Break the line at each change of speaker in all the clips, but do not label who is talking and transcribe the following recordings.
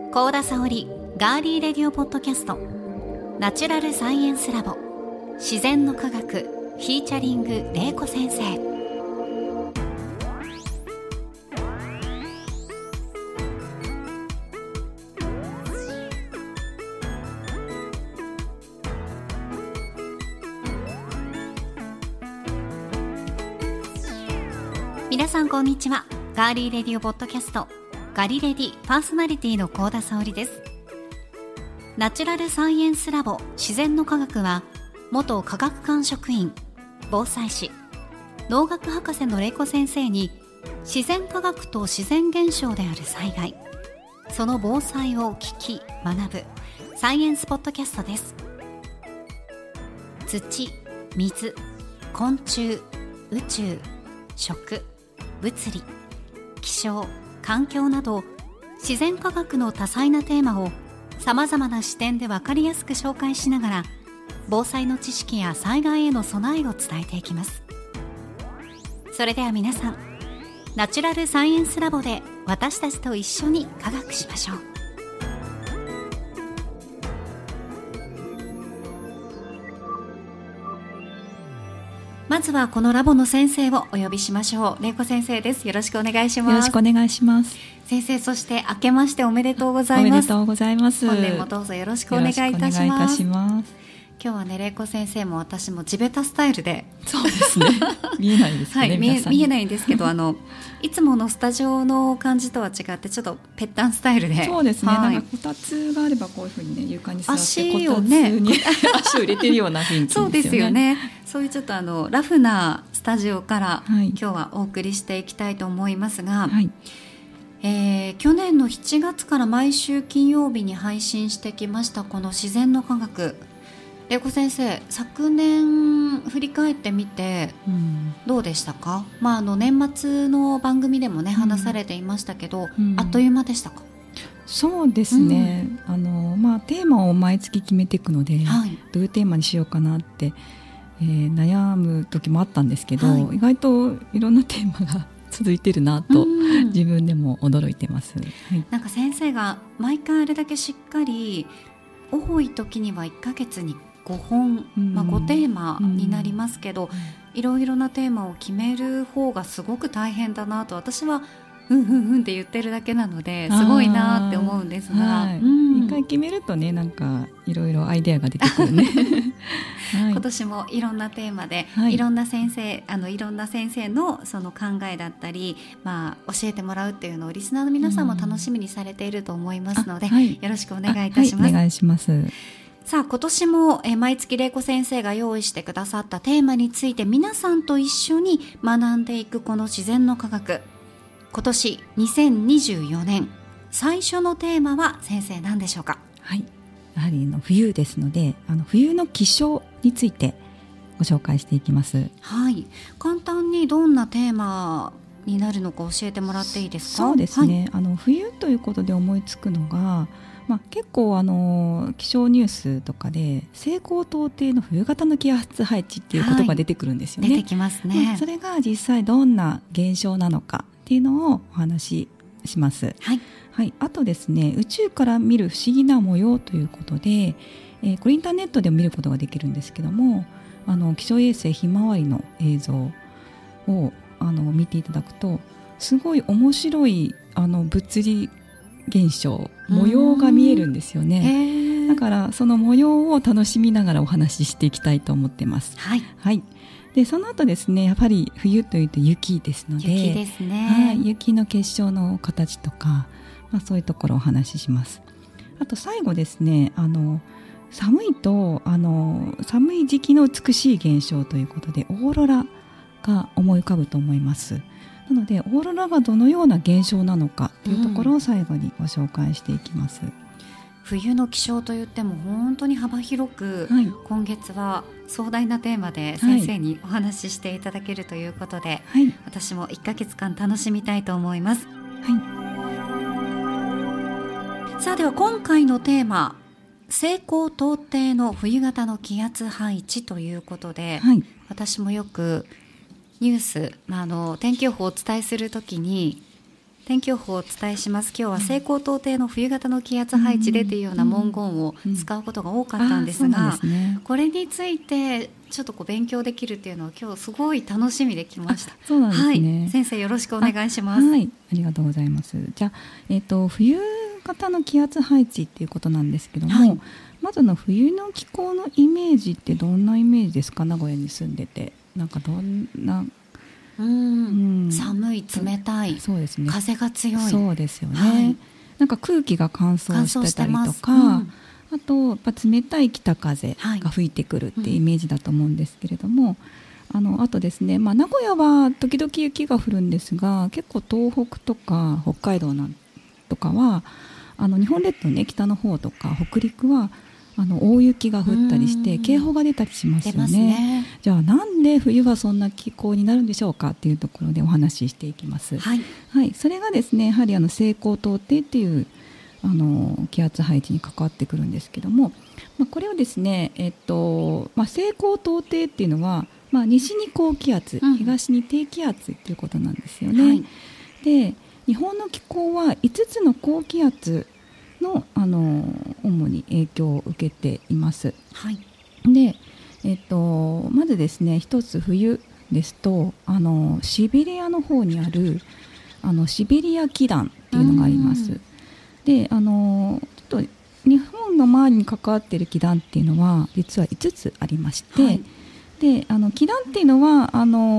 幸田沙織ガーリーレディオポッドキャスト、ナチュラルサイエンスラボ、自然の科学フィーチャリング玲子先生。皆さんこんにちは。ガーリーレディオポッドキャストガリレディパーソナリティの幸田沙織です。ナチュラルサイエンスラボ自然の科学は、元科学館職員、防災士、農学博士の玲子先生に、自然科学と自然現象である災害、その防災を聞き学ぶサイエンスポッドキャストです。土、水、昆虫、宇宙、食、物理、気象、環境など自然科学の多彩なテーマをさまざまな視点で分かりやすく紹介しながら、防災の知識や災害への備えを伝えていきます。それでは皆さん、ナチュラルサイエンスラボで私たちと一緒に科学しましょう。まずはこのラボの先生をお呼びしましょう。玲子先生です。よろしくお願いします。
よろしくお願いします。
先生、そして明けましておめでとうございます。
おめでとうございます。
本年もどうぞよろしくお願いいたします。
よろしくお願いいたします。
今日はね、玲子先生も私も地べたスタイルで。
そうですね。見えないですね。
はい、見えないんですけど、いつものスタジオの感じとは違ってちょっとぺったんスタイルで。
そうですね。
はい、
なんかこたつがあればこういうふうにね、床に座って
足
こたつに足を入れてるような雰囲気ですよね。
そうですよね。そういうちょっとラフなスタジオから、
はい、
今日はお送りしていきたいと思いますが、
はい、
去年の7月から毎週金曜日に配信してきましたこの自然の科学。玲子先生、昨年振り返ってみてどうでしたか？年末の番組でもね、話されていましたけど、あっという間でしたか？
そうですね、テーマを毎月決めていくので、はい、どういうテーマにしようかなって、悩む時もあったんですけど、はい、意外といろんなテーマが続いてるなと自分でも驚いてます。はい、
なんか先生が毎回あれだけしっかり、多い時には1ヶ月に5本、5テーマになりますけど、いろいろなテーマを決める方がすごく大変だなと、私はって言ってるだけなのですごいなって思うんですが、
はい、一回決めるとね、なんかいろいろアイデアが出てくるね。
はい、今年もいろんなテーマで、はい、いろんな先生のその考えだったり、教えてもらうっていうのをリスナーの皆さんも楽しみにされていると思いますので、はい、よろしくお願いいたします。
はい、お願いします。
さあ、今年も毎月玲子先生が用意してくださったテーマについて皆さんと一緒に学んでいくこの自然の科学。今年2024年最初のテーマは先生何でしょうか？
はい、やはり冬ですので、冬の気象についてご紹介していきます。
はい、簡単にどんなテーマになるのか教えてもらっていいですか？
そうですね、はい、冬ということで思いつくのが、結構気象ニュースとかで西高東低の冬型の気圧配置っていう言葉が出てくるんですよね。
出てきますね。
それが実際どんな現象なのかっていうのをお話しします。
はい、
はい、あとですね、宇宙から見る不思議な模様ということで、これインターネットでも見ることができるんですけども、気象衛星ひまわりの映像を見ていただくと、すごい面白い物理現象、模様が見えるんですよね。だからその模様を楽しみながらお話ししていきたいと思ってます。
はい、
はい、でその後ですね、やっぱり冬というと雪ですので、
雪ですね。
はい、雪の結晶の形とか、そういうところをお話しします。あと最後ですね、寒いと寒い時期の美しい現象ということでオーロラが思い浮かぶと思います。なのでオーロラがどのような現象なのかというところを最後にご紹介していきます。
冬の気象といっても本当に幅広く、はい、今月は壮大なテーマで先生にお話ししていただけるということで、はい、私も1ヶ月間楽しみたいと思います。はい、さあ、では今回のテーマ、西高東低の冬型の気圧配置ということで、はい、私もよくニュース、天気予報をお伝えするときに天気予報をお伝えします。今日は西高東低の冬型の気圧配置でというような文言を使うことが多かったんですが、これについてちょっと勉強できるっていうのは今日すごい楽しみできました。
そうなんですね、
はい、先生よろしくお願いします。
はい、ありがとうございます。じゃあ、冬型の気圧配置っていうことなんですけども、はい、まずの冬の気候のイメージってどんなイメージですか？名古屋に住んでてなんかどんな
寒い冷たい、そうですね、風が強い、
そうですよね、はい、なんか空気が乾燥してたりとか、あとやっぱ冷たい北風が吹いてくるっていうイメージだと思うんですけれども、あとですね、名古屋は時々雪が降るんですが、結構東北とか北海道なんとかは日本列島ね、北の方とか北陸は大雪が降ったりして警報が出たりしますよ ね。じゃあなんで冬はそんな気候になるんでしょうかっていうところでお話ししていきます。はい、はい、それがですね、やはり西高東低っていう気圧配置に関わってくるんですけども、これをですね、西高東低っていうのは、西に高気圧、東に低気圧っていうことなんですよね。はい、で日本の気候は5つの高気圧の、主に影響を受けています。はい、で、まずですね、一つ冬ですとシベリアの方にあるシベリア気団っていうのがあります。でちょっと日本の周りに関わっている気団っていうのは実は5つありまして、はい、で気団っていうのは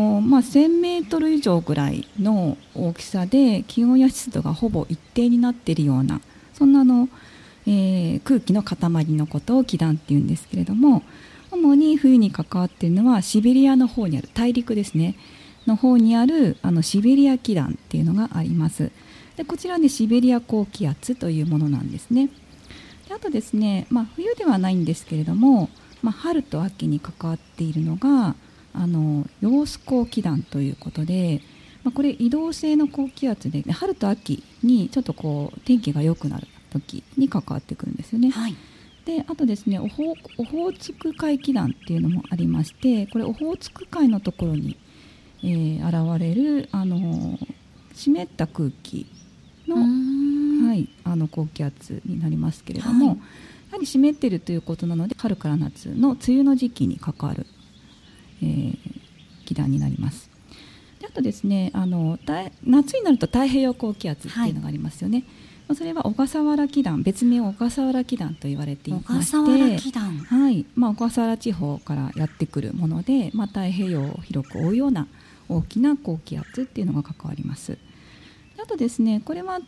1000メートル以上ぐらいの大きさで気温や湿度がほぼ一定になっているような、そんな空気の塊のことを気団っていうんですけれども、主に冬に関わっているのはシベリアの方にある、大陸ですねの方にあるシベリア気団っていうのがあります。でこちらでシベリア高気圧というものなんですね。であとですね、冬ではないんですけれども、春と秋に関わっているのが揚子高気団ということで、これ移動性の高気圧で、春と秋にちょっと天気が良くなる時に関わってくるんですよね。はい、であとですね、オホーツク海気団っていうのもありまして、これオホーツク海のところに、現れる湿った空気の、はい、高気圧になりますけれども、はい、やはり湿っているということなので春から夏の梅雨の時期に関わる、気団になります。であとですね、夏になると太平洋高気圧っていうのがありますよね。はい、それは小笠原気団、別名小笠原気団と言われていまして、小笠原気団、はい、小笠原地方からやってくるもので、太平洋を広く覆うような大きな高気圧っていうのが関わります。あとですね、これは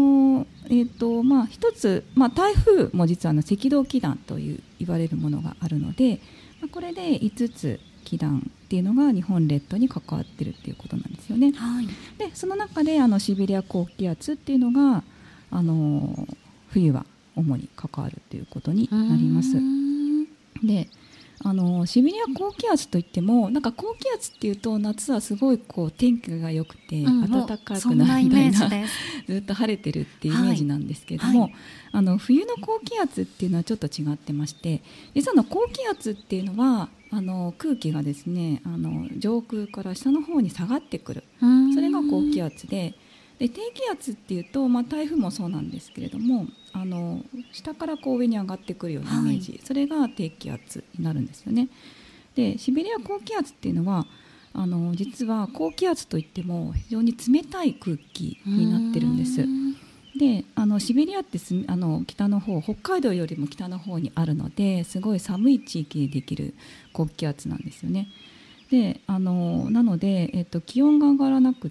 一つ、台風も実は赤道気団と言われるものがあるので、これで5つ気団っていうのが日本列島に関わっているっていうことなんですよね。はい、でその中でシベリア高気圧っていうのが冬は主に関わるということになります。でシベリア高気圧といっても、なんか高気圧っていうと夏はすごい天気が良くて暖かくなるみたいな、ずっと晴れてるっていうイメージなんですけれども、はい、冬の高気圧っていうのはちょっと違ってまして、実は高気圧っていうのは空気がですね上空から下の方に下がってくる、それが高気圧で、低気圧っていうと、台風もそうなんですけれども下から上に上がってくるようなイメージ、はい、それが低気圧になるんですよね。でシベリア高気圧っていうのは実は高気圧といっても非常に冷たい空気になってるんです。でシベリアって北の方、北海道よりも北の方にあるので、すごい寒い地域でできる高気圧なんですよね。でなので、気温が上がらなくって、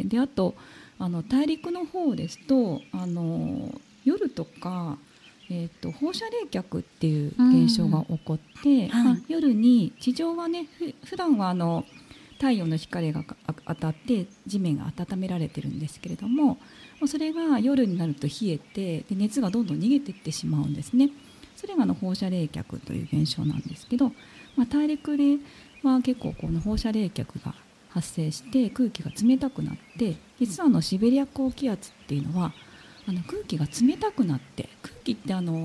であと大陸の方ですと夜とか、放射冷却っていう現象が起こって、はい、夜に地上はね、普段は太陽の光が当たって地面が温められてるんですけれども、それが夜になると冷えて、で熱がどんどん逃げていってしまうんですね。それが放射冷却という現象なんですけど、大陸では結構この放射冷却が発生して空気が冷たくなって、実はシベリア高気圧っていうのは空気が冷たくなって、空気って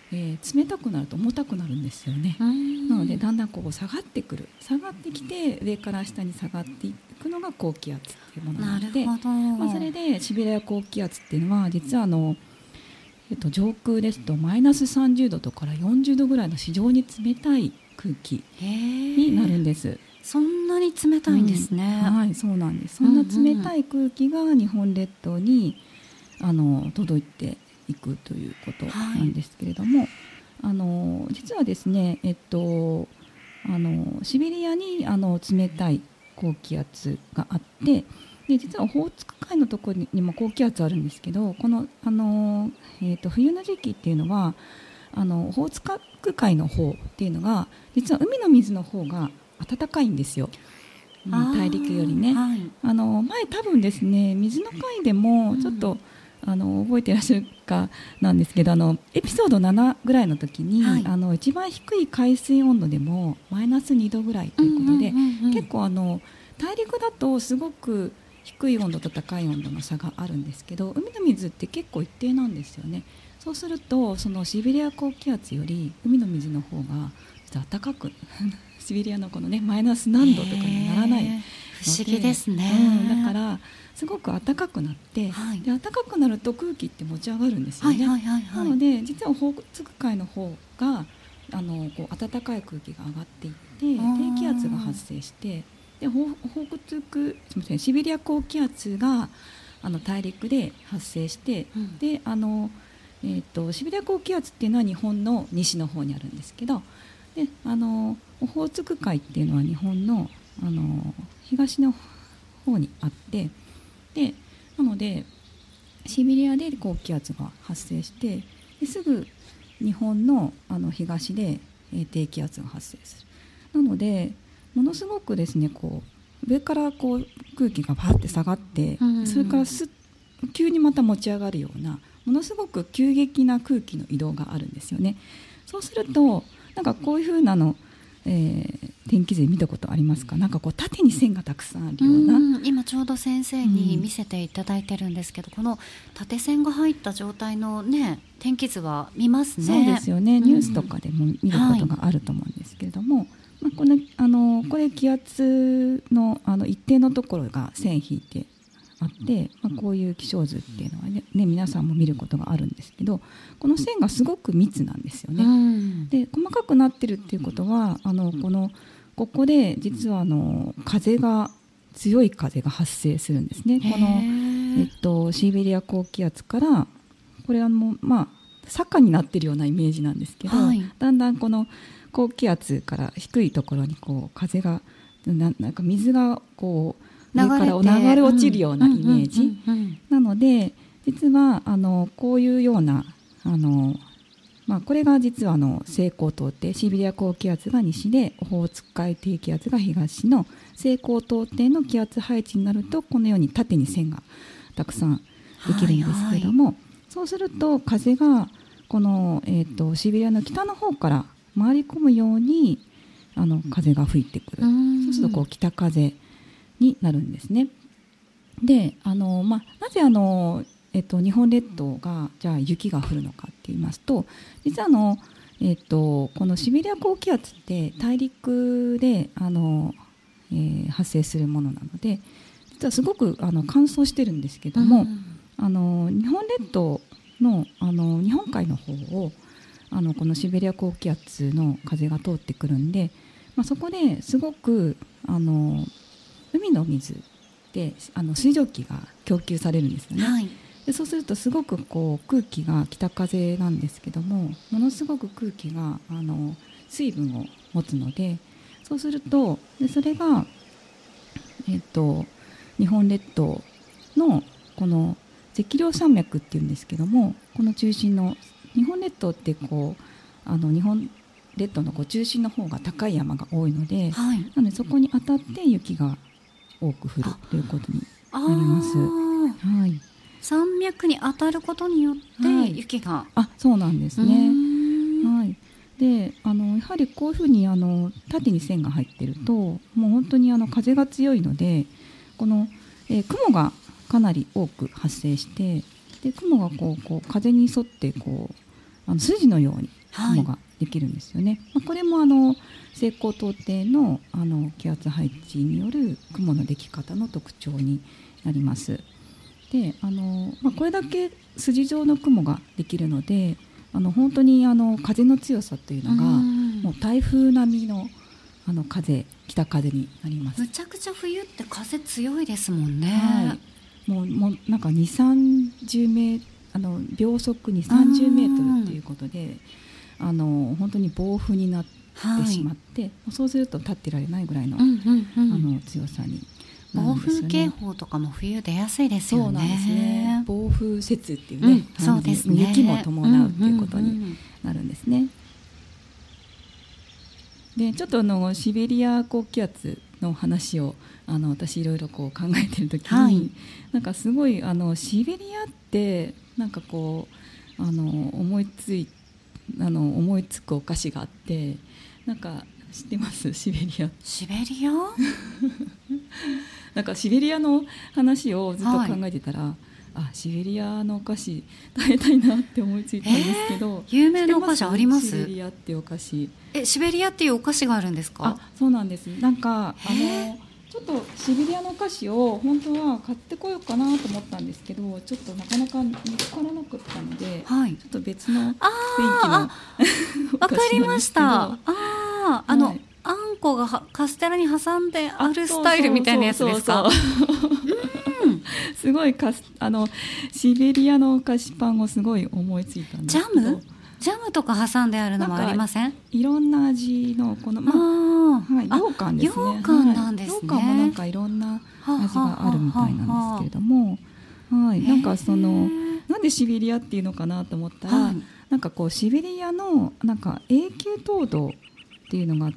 冷たくなると重たくなるんですよね。なのでだんだんこう下がってきて上から下に下がっていくのが高気圧っていうものなので、それでシベリア高気圧っていうのは実は上空ですとマイナス30度とから40度ぐらいの非常に冷たい空気になるんです。
そんなに冷たいんですね。
はい、そうなんです。そんな冷たい空気が日本列島に届いていくということなんですけれども、実はですね、シベリアに冷たい高気圧があって、で実はオホーツク海のところにも高気圧あるんですけど、この、冬の時期っていうのはオホーツク海の方っていうのが実は海の水の方が暖かいんですよ、大陸よりね。前多分ですね、水の回でもちょっと、覚えていらっしゃるかなんですけど、エピソード7ぐらいの時に、一番低い海水温度でもマイナス2度ぐらいということで、結構大陸だとすごく低い温度と高い温度の差があるんですけど、海の水って結構一定なんですよね。そうするとそのシベリア高気圧より海の水の方が実は暖かくシベリアのこのねマイナス何度とかにならないので、
不思議ですね。
だからすごく暖かくなって、で暖かくなると空気って持ち上がるんですよね。なので実はオホーツク海の方がこう暖かい空気が上がっていって低気圧が発生して、でシベリア高気圧が大陸で発生して、でシベリア高気圧っていうのは日本の西の方にあるんですけど、でオホーツク海っていうのは日本の、東の方にあって、でなのでシベリアで高気圧が発生して、ですぐ日本の東で低気圧が発生する。なのでものすごくですね、こう上からこう空気がパーって下がって、それから急にまた持ち上がるようなものすごく急激な空気の移動があるんですよね。そうするとなんかこういう風な天気図見たことありますか？なんかこう縦に線がたくさんあるような、
今ちょうど先生に見せていただいてるんですけど、この縦線が入った状態のね天気図は見ますね。
そうですよね、ニュースとかでも見ることがあると思うんですけれども、これ気圧の一定のところが線引いてあって、こういう気象図っていうのは ね皆さんも見ることがあるんですけど、この線がすごく密なんですよね。で細かくなってるっていうことはここで実は強い風が発生するんですね。この、シベリア高気圧からこれは坂になってるようなイメージなんですけど、だんだんこの高気圧から低いところにこう風がなんか水がこう上から流れ落ちるようなイメージなので、実はこういうようなこれが実は西高東低、シベリア高気圧が西でオホーツク海低気圧が東の西高東低の気圧配置になると、このように縦に線がたくさんできるんですけれども、そうすると風がこの、シベリアの北の方から回り込むように風が吹いてくる。そうするとこう北風になるんですね。でなぜ日本列島がじゃあ雪が降るのかって言いますと、実はこのシベリア高気圧って大陸で発生するものなので、実はすごく乾燥してるんですけども、日本列島の日本海の方をこのシベリア高気圧の風が通ってくるんで、そこですごく海の水で水蒸気が供給されるんですよね。でそうするとすごくこう空気が北風なんですけども、ものすごく空気が水分を持つので、そうするとそれが、日本列島のこの脊梁山脈っていうんですけども、この中心の日本列島ってこう日本列島のこう中心の方が高い山が多いので、なのでそこに当たって雪が多く降るということになります。
山脈に当たることによって雪が、
そうなんですね。でやはりこういうふうに縦に線が入っていると、もう本当に風が強いので、この、雲がかなり多く発生して、で雲がこう風に沿ってこう筋のように雲ができるんですよね。これも西高東低の気圧配置による雲のでき方の特徴になります。でこれだけ筋状の雲ができるので本当に風の強さというのがもう台風並みの北風になります。
むちゃくちゃ冬って風強いですもんね。
はい、もうなんか2、30メ秒速に30メートルということで本当に暴風になってしまって、そうすると立ってられないぐらいの、強さになるんですよね。
暴風警報とかも冬出やすいですよね。
そうなんですね。暴風雪っていうね、
そうですね、
雪も伴うということになるんですね。でちょっとシベリア高気圧の話を私いろいろ考えてる時に、なんかすごいシベリアってなんか思いつくお菓子があって、なんか知ってます？シベリアなんかシベリアの話をずっと考えてたら、シベリアのお菓子食べたいなって思いついたんですけど、
有名なお菓子あります？
シベリアっていうお菓子。
シベリアっていうお菓子があるんですか？
そうなんです。なんかちょっとシベリアのお菓子を本当は買ってこようかなと思ったんですけど、ちょっとなかなか見つからなかったので、ちょっと別の雰囲気の
わかりました。あんこがカステラに挟んであるスタイルみたいなやつですか？
すごいシベリアのお菓子パンをすごい思いついたんですけど、
ジャムとか挟んであるのもありません？
いろんな味の羊羹ですね。
羊羹なんですね。
羊羹もなんかいろんな味があるみたいなんですけれども、なんかなんでシベリアっていうのかなと思ったら、なんかシベリアのなんか永久凍土っていうのがあって、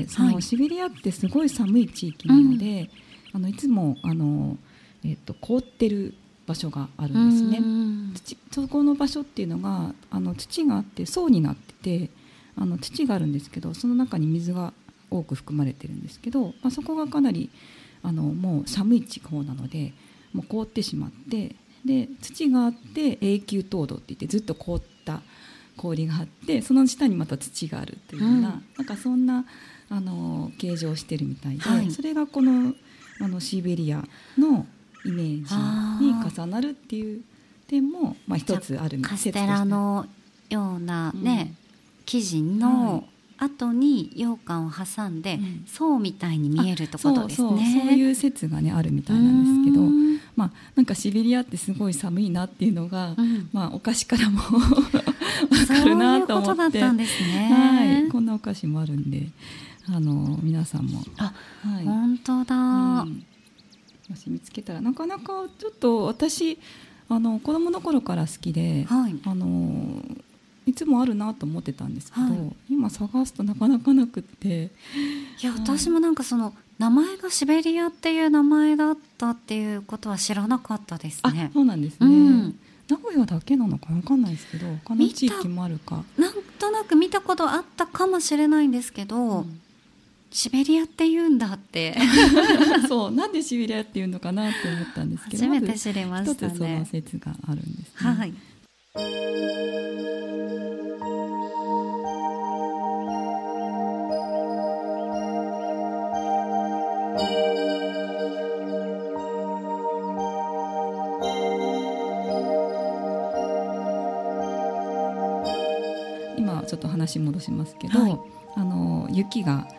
シベリアってすごい寒い地域なので、いつも凍ってる場所があるんですね。そこの場所っていうのが土があって層になってて、土があるんですけど、その中に水が多く含まれてるんですけど、そこがかなりもう寒い地方なのでもう凍ってしまって、で土があって永久凍土って言ってずっと凍った氷があって、その下にまた土があるというような、なんかそんな形状をしてるみたいで、それがこのシベリアのイメージに重なるっていう点も一つあるみたいです。
カステラのようなね、生地の後に羊羹を挟んで層みたいに見えるってことですね。
そういう説がねあるみたいなんですけど、なんかシベリアってすごい寒いなっていうのが、お菓子からも分かるなと思って、そういうことだったんですね。こんなお菓子もあるんで皆さんも
本当だ、
もし見つけたら、なかなかちょっと私子供の頃から好きで、いつもあるなと思ってたんですけど、今探すとなかなかなくって、
私もなんか名前がシベリアっていう名前だったっていうことは知らなかったですね。
そうなんですね。名古屋だけなのか分かんないですけど、他の地域もあるか
なんとなく見たことあったかもしれないんですけど、シベリアって言うんだって
そう、なんでシベリアっていうのかなって思ったんですけど、
初めて知りましたね。
一つその説があるんですね。今ちょっと話戻しますけど、雪が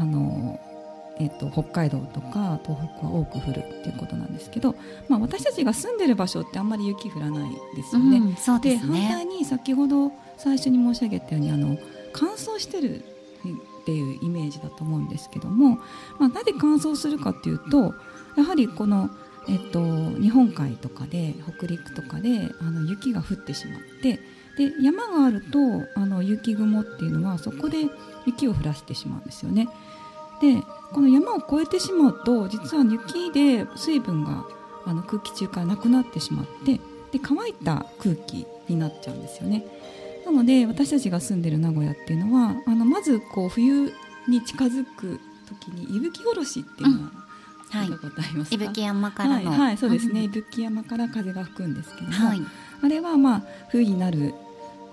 北海道とか東北は多く降るっていうことなんですけど、私たちが住んでる場所ってあんまり雪降らないですよね。
そうですね。
で反対に先ほど最初に申し上げたように乾燥してるっていうイメージだと思うんですけども、なぜ乾燥するかっていうと、やはりこの、日本海とかで北陸とかで雪が降ってしまって、で山があると雪雲っていうのはそこで雪を降らせてしまうんですよね。でこの山を越えてしまうと、実は雪で水分が空気中からなくなってしまって、で乾いた空気になっちゃうんですよね。なので私たちが住んでる名古屋っていうのはまず冬に近づく時に伊吹おろしっていうのは聞いたことありますか？
伊吹山からの、
そうですね、伊吹山から風が吹くんですけども、あれは冬になる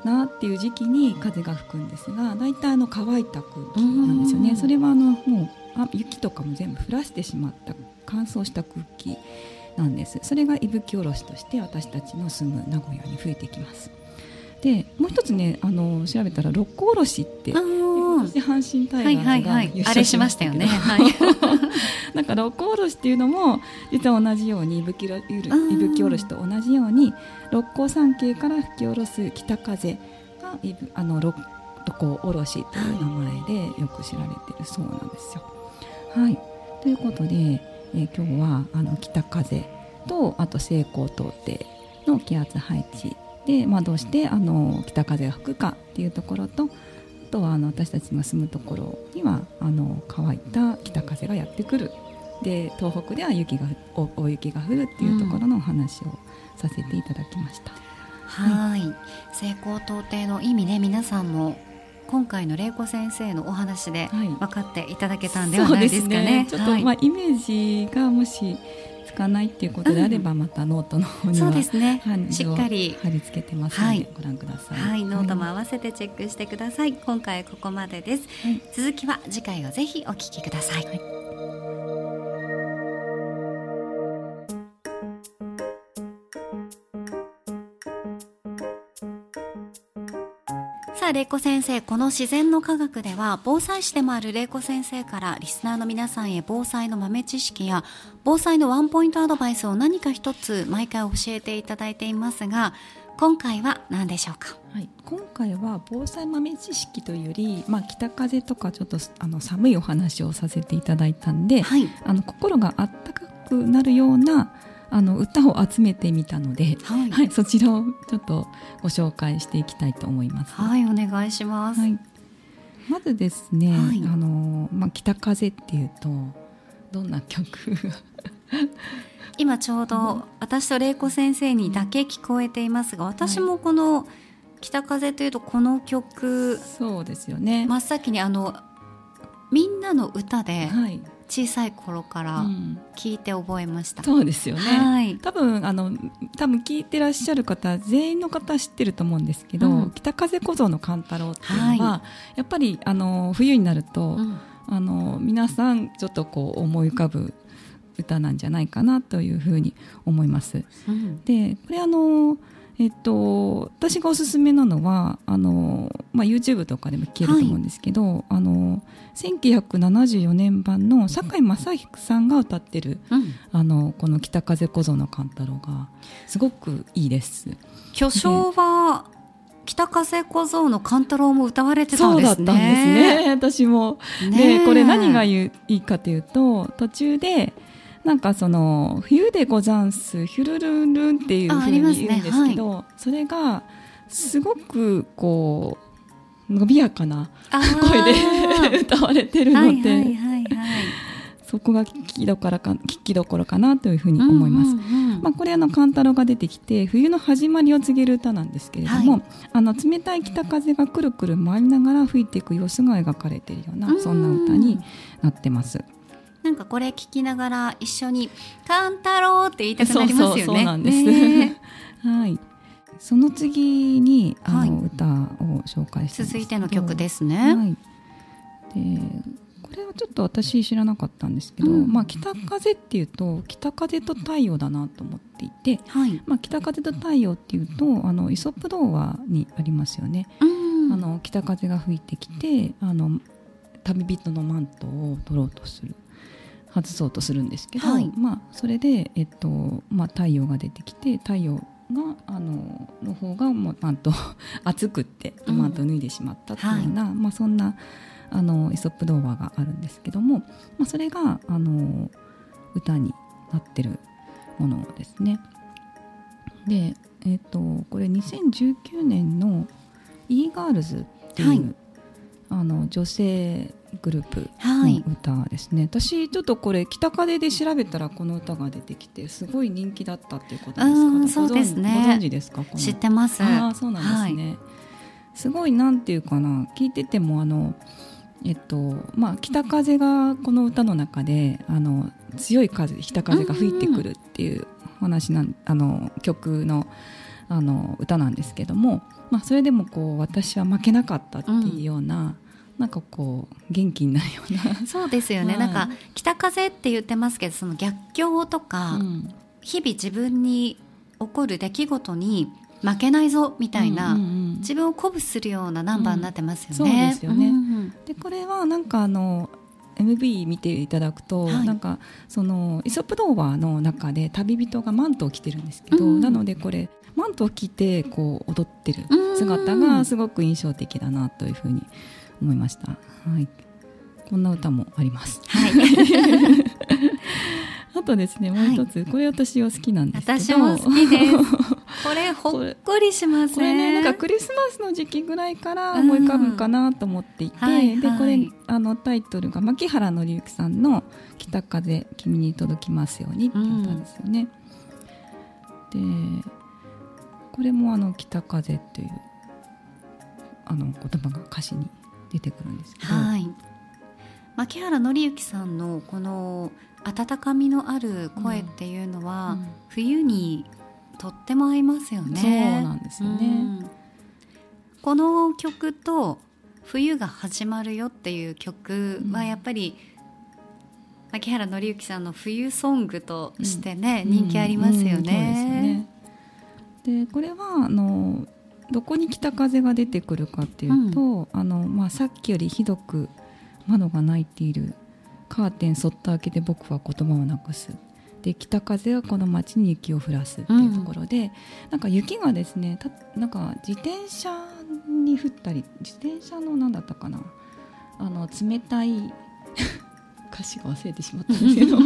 なっていう時期に風が吹くんですが、だいたい乾いた空気なんですよね。それはもう雪とかも全部降らしてしまった乾燥した空気なんです。それが伊吹おろしとして私たちの住む名古屋に吹いてきます。でもう一つね、調べたら六甲おろしって阪神タイガースが優勝しましたけど、なんか六甲おろしっていうのも実は同じように伊吹おろしと同じように六甲山系から吹き下ろす北風が六甲おろしという名前でよく知られているそうなんですよ。はい、ということで、今日は北風とあと西高東低の気圧配置で、どうして北風が吹くかっていうところと、あとは私たちが住むところには乾いた北風がやってくる、で東北では大雪が降るっていうところのお話をさせていただきました。
はい、西高東低の意味ね、皆さんも今回の玲子先生のお話で分かっていただけたんではないですかね。
そうですね、ちょっと、イメージがもしつかないっていうことであれば、またノートの方には、
そうですね、しっかり
貼り付けてますので、ご覧ください。
はい、ノートも合わせてチェックしてください。今回はここまでです。続きは次回をぜひお聞きください。さあ、玲子先生、この自然の科学では防災士でもある玲子先生からリスナーの皆さんへ防災の豆知識や防災のワンポイントアドバイスを何か一つ毎回教えていただいていますが、今回は何でしょうか？
はい、今回は防災豆知識というより、北風とかちょっと寒いお話をさせていただいたんで、心があったかくなるような歌を集めてみたので、そちらをちょっとご紹介していきたいと思います。
はい、お願いします。
まずですね、北風っていうとどんな曲
今ちょうど私と玲子先生にだけ聞こえていますが、私もこの北風というとこの曲、
そうですよね、
真っ先にみんなの歌で、小さい頃から聞いて覚えました。
そうですよね、多分聞いてらっしゃる方全員の方知ってると思うんですけど、北風小僧の勘太郎っていうのは、やっぱり冬になると、皆さんちょっと思い浮かぶ歌なんじゃないかなというふうに思います。でこれ私がおすすめなのはYouTube とかでも聞けると思うんですけど、1974年版の堺正彦さんが歌ってる、この北風小僧の勘太郎がすごくいいです。
巨匠は北風小僧の勘太郎も歌われてたんですね。
そうだったんですね、私も。でこれ何がいいかというと、途中でなんか冬でござんすヒュルルンルンっていう風に言うんですけど、それがすごく伸びやかな声で歌われてるので、そこが聞きどころかなというふうに思います。これ勘太郎が出てきて冬の始まりを告げる歌なんですけれども、冷たい北風がくるくる回りながら吹いていく様子が描かれているような、そんな歌になってます。
なんかこれ聞きながら一緒に勘太郎って言いたくなりますよね。
そうなんです、その次に歌を紹介して
続いての曲ですね。
でこれはちょっと私知らなかったんですけど、北風っていうと北風と太陽だなと思っていて、北風と太陽っていうとイソップ童話にありますよね。北風が吹いてきて旅人のマントを取ろうとする、外そうとするんですけど、それで、太陽が出てきて、太陽がの方がもうマント熱くってマントを脱いでしまったというような、そんなイソップ童話があるんですけども、それが歌になってるものですね。で、これ2019年の e-girls っていう、女性グループの歌ですね。私ちょっとこれ北風で調べたらこの歌が出てきてすごい人気だったっていうことですか？
そうですね、
ご存知ですか？
知ってます。
そうなんですね、すごいなんていうかな、聞いてても北風がこの歌の中で強い北風が吹いてくるっていう話曲の歌なんですけども、それでもこう私は負けなかったっていうような、なんかこう元気になるような
そうですよね、なんか北風って言ってますけど、その逆境とか、日々自分に起こる出来事に負けないぞみたいな、自分を鼓舞するようなナンバーになってますよね。
そうですよね、でこれはなんかMV 見ていただくと、なんかそのイソップ童話の中で旅人がマントを着てるんですけど、なのでこれマントを着てこう踊ってる姿がすごく印象的だなというふうに思いました。はい、こんな歌もあります。はいあとですね、もう一つ、これ私は好きなんですけど、
私も好きですこれほっこりしますね。
これね、なんかクリスマスの時期ぐらいから思い浮かぶかなと思っていて、でこれタイトルが牧原紀之さんの北風君に届きますようにっていう歌ですよね。でこれも北風という言葉が歌詞に出てくるんですけど、
牧原紀之さんのこの温かみのある声っていうのは、冬にとっても合いますよね。
そうなんですよね、
この曲と冬が始まるよっていう曲はやっぱり、牧原紀之さんの冬ソングとしてね、人気ありますよね。
でこれはどこに北風が出てくるかっていうと、さっきよりひどく窓が泣いている、カーテンそっと開けて僕は言葉をなくす、で北風がこの街に雪を降らすっていうところで、なんか雪がですね、なんか自転車に降ったり、自転車の何だったかな、冷たい歌詞が忘れてしまったんですけど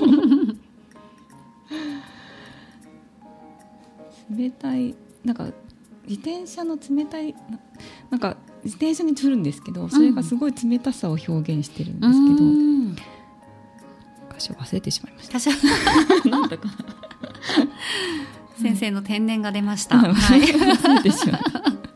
冷たい、なんか自転車の冷たい、なんか自転車に降るんですけど、それがすごい冷たさを表現してるんですけど、歌詞を忘れてしまいましたなんだかな
先生の天然が出ました、
忘れてしまう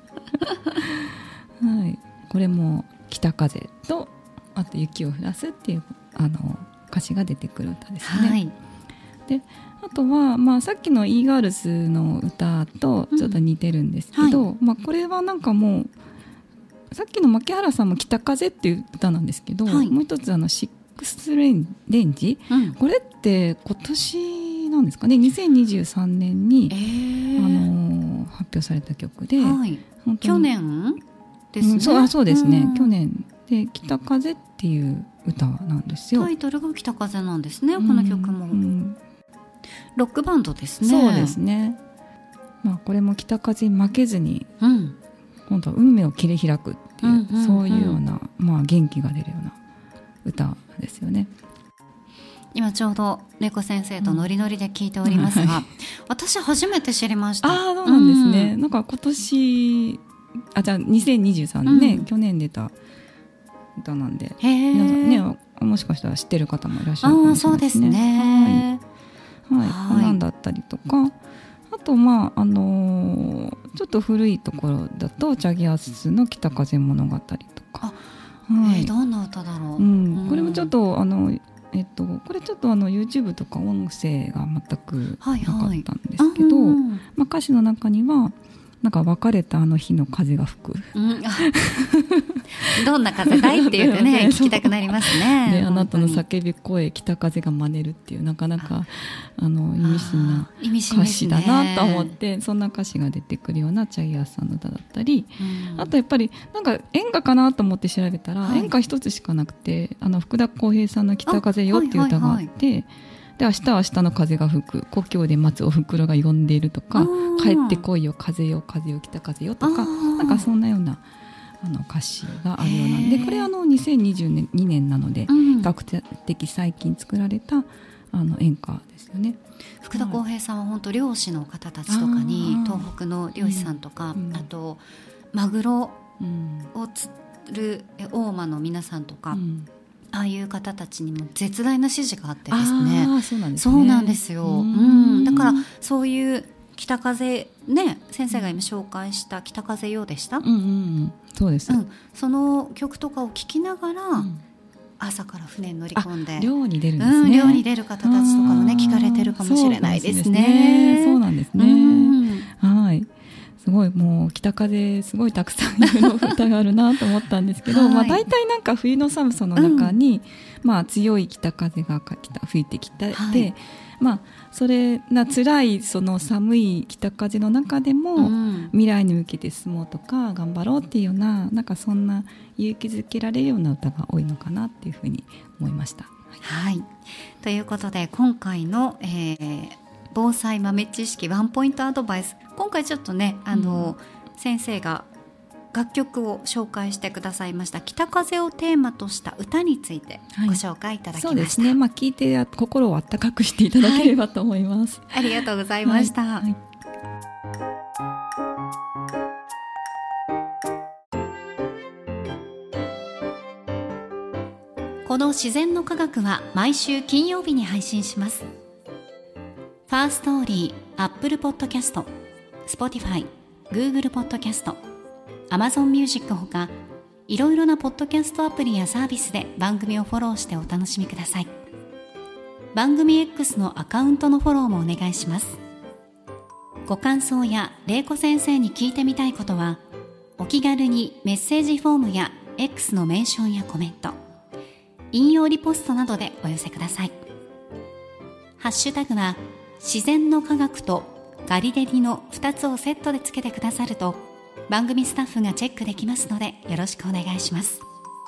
これも北風とあと雪を降らすっていう歌詞が出てくる歌ですね。であとは、さっきの e ガールズの歌とちょっと似てるんですけど、これはなんかもうさっきの牧原さんも北風っていう歌なんですけど、もう一つシックスレンジ、これって今年なんですかね、2023年に、発表された曲で、
去年ですね、
そうですね、去年で北風っていう歌なんですよ。
タイトルが北風なんですね、この曲も、ロックバンドですね。
そうですね、これも北風に負けずに、今度は運命を切り開くっていう、そういうような、元気が出るような歌ですよね。
今ちょうど玲子先生とノリノリで聞いておりますが、私初めて知りました。
そうなんですね、なんか今年じゃあ2023年、去年出た歌なんで、皆さんね、もしかしたら知ってる方もいらっしゃるかもしれないですね。そうですね、こんなんだったりとか、あとちょっと古いところだとチャギアスの北風物語とか、
どんな歌だろう、
これもちょっとこれちょっとYouTube とか音声が全くなかったんですけど、歌詞の中にはなんか別れたあの日の風が吹く、
どんな風だいって言うとね聞きたくなりますね。
であなたの叫び声北風が真似るっていう、なかなか意味深な歌詞だなと思って、そんな歌詞が出てくるようなチャギアスさんの歌だったり、あとやっぱりなんか演歌かなと思って調べたら、演歌一つしかなくて、福田浩平さんの北風よっていう歌があって、で明日は明日の風が吹く、故郷で待つお袋が呼んでいるとか、帰ってこいよ風よ風よ北風よとか、なんかそんなような歌詞があるようなんで、これ2022年なので、比較的最近作られた演歌ですよね。
福田浩平さんは本当漁師の方たちとかに、東北の漁師さんとか、あとマグロを釣る大間の皆さんとか、ああいう方たちにも絶大な支持があってですね。そうなんですよ、だからそういう北風ね、先生が今紹介した北風ようでした、
そうです、
その曲とかを聴きながら、朝から船に乗り込んで
漁に出るんですね、
漁に出る方たちとかもね聞かれてるかもしれないですね。
そうなんですね、はい。 北風すごいたくさんいるの歌があるなと思ったんですけど、
はい、
まあ、大体なんか冬の寒さの中に、まあ、強い北風が吹いてきて、はい、まあ、それな辛いその寒い北風の中でも、未来に向けて進もうとか頑張ろうっていうような、なんかそんな勇気づけられるような歌が多いのかなっていうふうに思いました。
はい、ということで今回の、防災豆知識ワンポイントアドバイス、今回ちょっとね先生が楽曲を紹介してくださいました北風をテーマとした歌についてご紹介いただきました。
そうですね、まあ、聞いて心を温かくしていただければと思います、
ありがとうございました、この自然の科学は毎週金曜日に配信します。ファーストーリー、Apple Podcast、Spotify、Google Podcast、Amazon Music ほか、いろいろなポッドキャストアプリやサービスで番組をフォローしてお楽しみください。番組 X のアカウントのフォローもお願いします。ご感想や玲子先生に聞いてみたいことは、お気軽にメッセージフォームや X のメンションやコメント、引用リポストなどでお寄せください。ハッシュタグは自然の科学とガリレディの2つをセットでつけてくださると番組スタッフがチェックできますのでよろしくお願いします。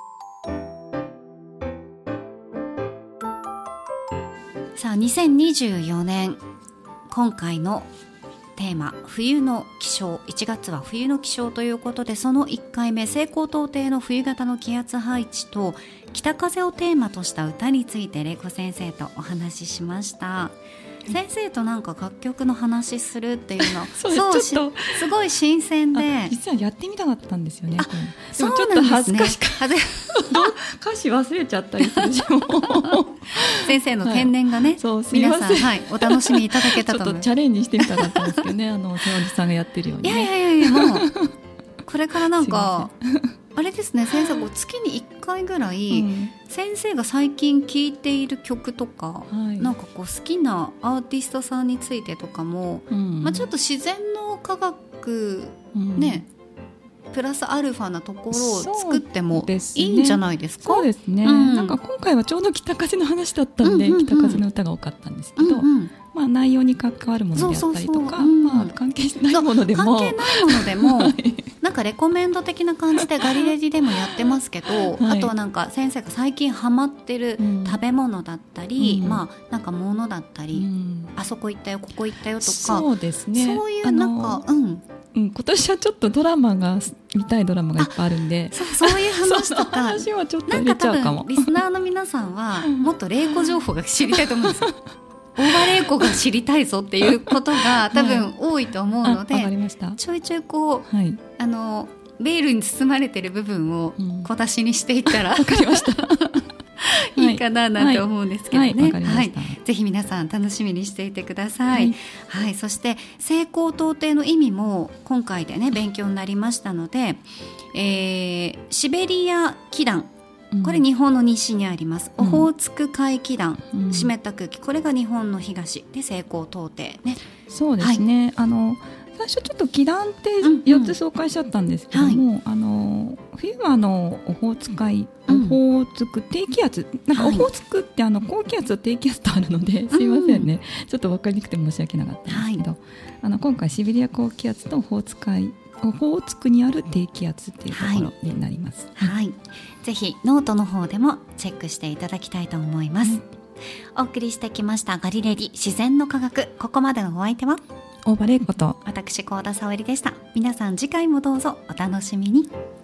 さあ2024年今回のテーマ冬の気象、1月は冬の気象ということで、その1回目西高東低の冬型の気圧配置と北風をテーマとした歌について玲子先生とお話ししました。先生となんか楽曲の話するっていうのそうすごい新鮮で、
実はやってみたかったんですよね。
でもちょっと恥ずかしかった
歌詞忘れちゃったりするし
先生の天然がね、
そう
皆さん、お楽しみいただけたと思う。
ちょっとチャレンジしてみたかったんですけどね、そのおじさんがやってるように、
ね、いやもうこれからなんかあれですね、先生月に1回ぐらい、先生が最近聴いている曲とか、なんか好きなアーティストさんについてとかも、まあ、ちょっと自然の科学、ね、プラスアルファなところを作ってもいいんじゃないですか。
そうですね、なんか今回はちょうど北風の話だったんで、北風の歌が多かったんですけど、まあ、内容に関わるものであったりとか、まあ、関係ないものでもなんかレコメンド的な感じでガリレディでもやってますけど、あとはなんか先生が最近ハマってる食べ物だったり、まあ、なんか物だったり、あそこ行ったよここ行ったよとか、 そうですね、
そういうなんか
今年はちょっと見たいドラマがいっぱいあるんで、
そういう話とか
話はちょっと入れちゃうかも。
なんか多分リスナーの皆さんはもっと玲子情報が知りたいと思うんですよ大場玲子が知りたいぞっていうことが多分多いと思うので、ちょいちょいこう、ベールに包まれてる部分を小出しにしていったら、
わかりました
いいかななんて思うんですけどね。ぜひ皆さん楽しみにしていてください。そして西高東低の意味も今回でね勉強になりましたので、シベリア気団、これ日本の西にあります。オホーツク海気団、湿った空気、これが日本の東で西高東低ね。そうですね、
最初ちょっと気団って4つ紹介しちゃったんですけども、冬はオホーツク海、オホーツク低気圧、なんかオホーツクって高気圧と低気圧とあるので、すいませんね、ちょっと分かりにくくて申し訳なかったんですけど、今回シベリア高気圧とオホーツクにある低気圧っていうところになります。
ぜひノートの方でもチェックしていただきたいと思います。お送りしてきましたガリレディ自然の科学、ここまでのお相手は
大場玲子と
私幸田沙織でした。皆さん次回もどうぞお楽しみに。